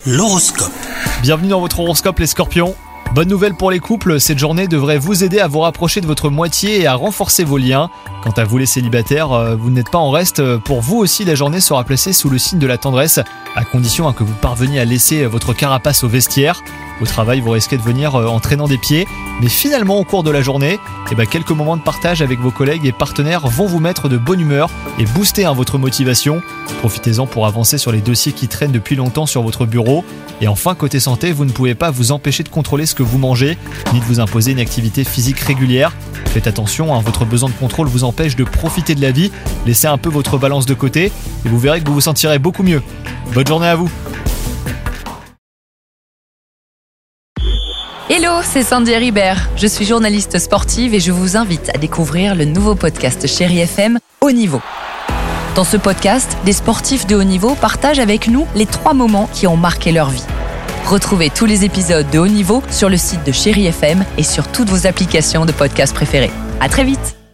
L'horoscope. Bienvenue dans votre horoscope les scorpions. Bonne nouvelle pour les couples, cette journée devrait vous aider à vous rapprocher de votre moitié et à renforcer vos liens. Quant à vous les célibataires, vous n'êtes pas en reste. Pour vous aussi, la journée sera placée sous le signe de la tendresse, à condition que vous parveniez à laisser votre carapace au vestiaire. Au travail, vous risquez de venir en traînant des pieds, mais finalement au cours de la journée, quelques moments de partage avec vos collègues et partenaires vont vous mettre de bonne humeur et booster votre motivation. Profitez-en pour avancer sur les dossiers qui traînent depuis longtemps sur votre bureau. Et enfin, côté santé, vous ne pouvez pas vous empêcher de contrôler ce que vous mangez, ni de vous imposer une activité physique régulière. Faites attention, votre besoin de contrôle vous empêche de profiter de la vie. Laissez un peu votre balance de côté et vous verrez que vous vous sentirez beaucoup mieux. Bonne journée à vous. Hello, c'est Sandy Ribert. Je suis journaliste sportive et je vous invite à découvrir le nouveau podcast Chérie FM, Haut Niveau. Dans ce podcast, des sportifs de haut niveau partagent avec nous les 3 moments qui ont marqué leur vie. Retrouvez tous les épisodes de Haut Niveau sur le site de Chérie FM et sur toutes vos applications de podcast préférées. À très vite.